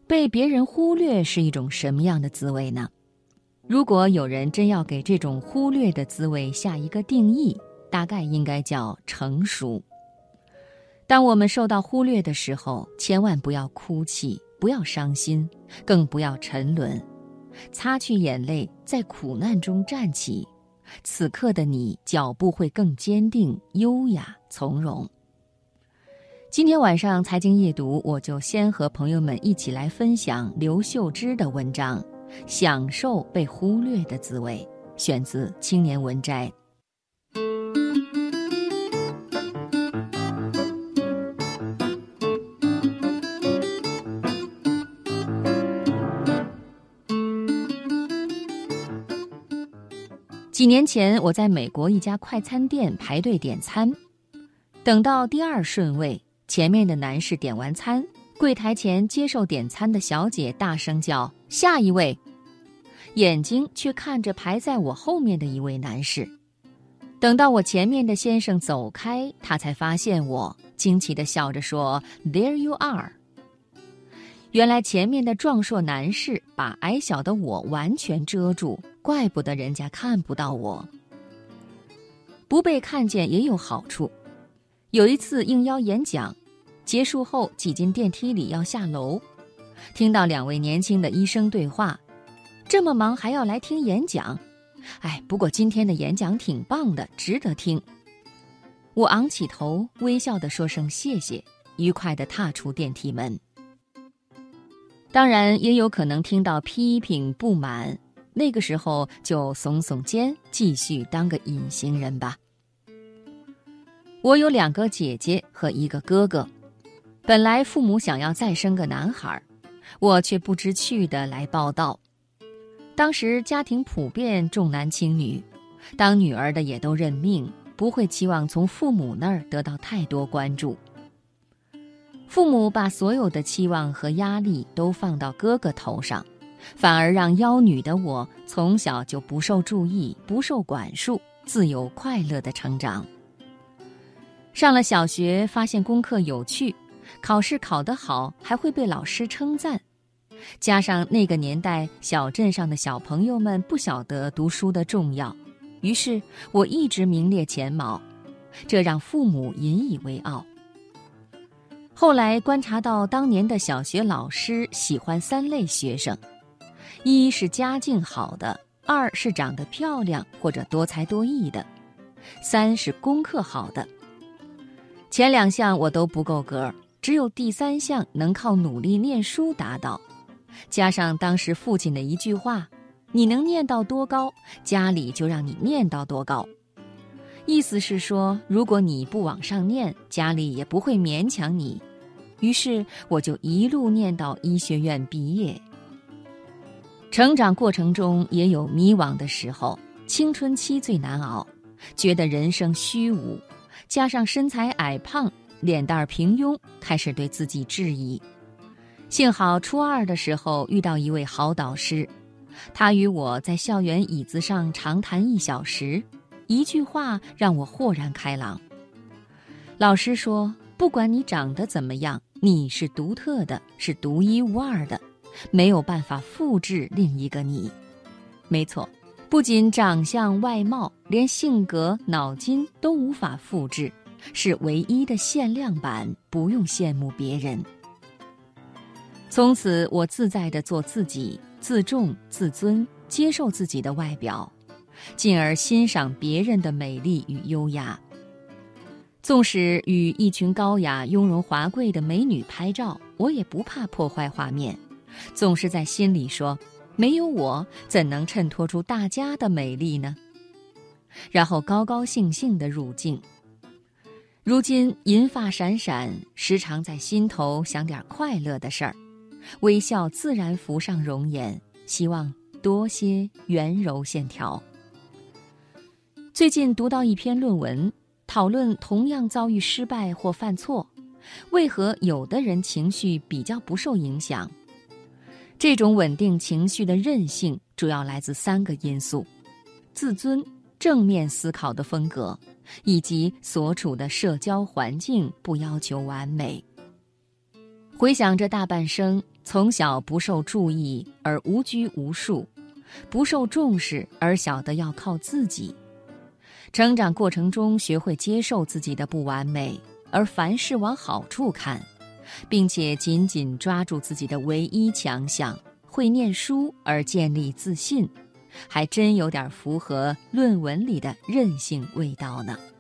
被别人忽略是一种什么样的滋味呢？如果有人真要给这种忽略的滋味下一个定义，大概应该叫成熟。当我们受到忽略的时候，千万不要哭泣，不要伤心，更不要沉沦，擦去眼泪，在苦难中站起，此刻的你脚步会更坚定、优雅、从容。今天晚上财经夜读，我就先和朋友们一起来分享刘秀芝的文章《享受被忽略的滋味》，选自青年文摘。几年前，我在美国一家快餐店排队点餐，等到第2顺位，前面的男士点完餐，柜台前接受点餐的小姐大声叫下一位，眼睛却看着排在我后面的一位男士。等到我前面的先生走开，他才发现我，惊奇地笑着说 There you are。 原来前面的壮硕男士把矮小的我完全遮住，怪不得人家看不到我。不被看见也有好处。有一次应邀演讲，结束后挤进电梯里要下楼，听到2位年轻的医生对话，这么忙还要来听演讲，不过今天的演讲挺棒的，值得听。我昂起头，微笑地说声谢谢，愉快地踏出电梯门。当然也有可能听到批评不满，那个时候就耸耸肩，继续当个隐形人吧。我有2个姐姐和1个哥哥，本来父母想要再生个男孩，我却不知趣地来报道。当时家庭普遍重男轻女，当女儿的也都认命，不会期望从父母那儿得到太多关注。父母把所有的期望和压力都放到哥哥头上，反而让幺女的我从小就不受注意，不受管束，自由快乐地成长。上了小学，发现功课有趣，考试考得好，还会被老师称赞。加上那个年代小镇上的小朋友们不晓得读书的重要，于是我一直名列前茅，这让父母引以为傲。后来观察到当年的小学老师喜欢3类学生，一是家境好的，2是长得漂亮或者多才多艺的，3是功课好的。前2项我都不够格，只有第3项能靠努力念书达到。加上当时父亲的一句话，你能念到多高，家里就让你念到多高。意思是说，如果你不往上念，家里也不会勉强你。于是我就一路念到医学院毕业。成长过程中也有迷惘的时候，青春期最难熬，觉得人生虚无，加上身材矮胖，脸蛋平庸，开始对自己质疑。幸好初2的时候遇到一位好导师，他与我在校园椅子上长谈1小时，一句话让我豁然开朗。老师说，不管你长得怎么样，你是独特的，是独一无二的，没有办法复制另一个你。没错，不仅长相外貌，连性格脑筋都无法复制，是唯一的限量版，不用羡慕别人。从此我自在地做自己，自重自尊，接受自己的外表，进而欣赏别人的美丽与优雅。纵使与一群高雅雍容华贵的美女拍照，我也不怕破坏画面，总是在心里说，没有我怎能衬托出大家的美丽呢？然后高高兴兴地入镜。如今银发闪闪，时常在心头想点快乐的事儿，微笑自然浮上容颜，希望多些圆柔线条。最近读到一篇论文，讨论同样遭遇失败或犯错，为何有的人情绪比较不受影响？这种稳定情绪的韧性主要来自3个因素：自尊、正面思考的风格，以及所处的社交环境不要求完美。回想这大半生， 从小不受注意而无拘无束，不受重视而晓得要靠自己。成长过程中学会接受自己的不完美，而凡事往好处看，并且紧紧抓住自己的唯一强项，会念书而建立自信，还真有点符合论文里的韧性味道呢。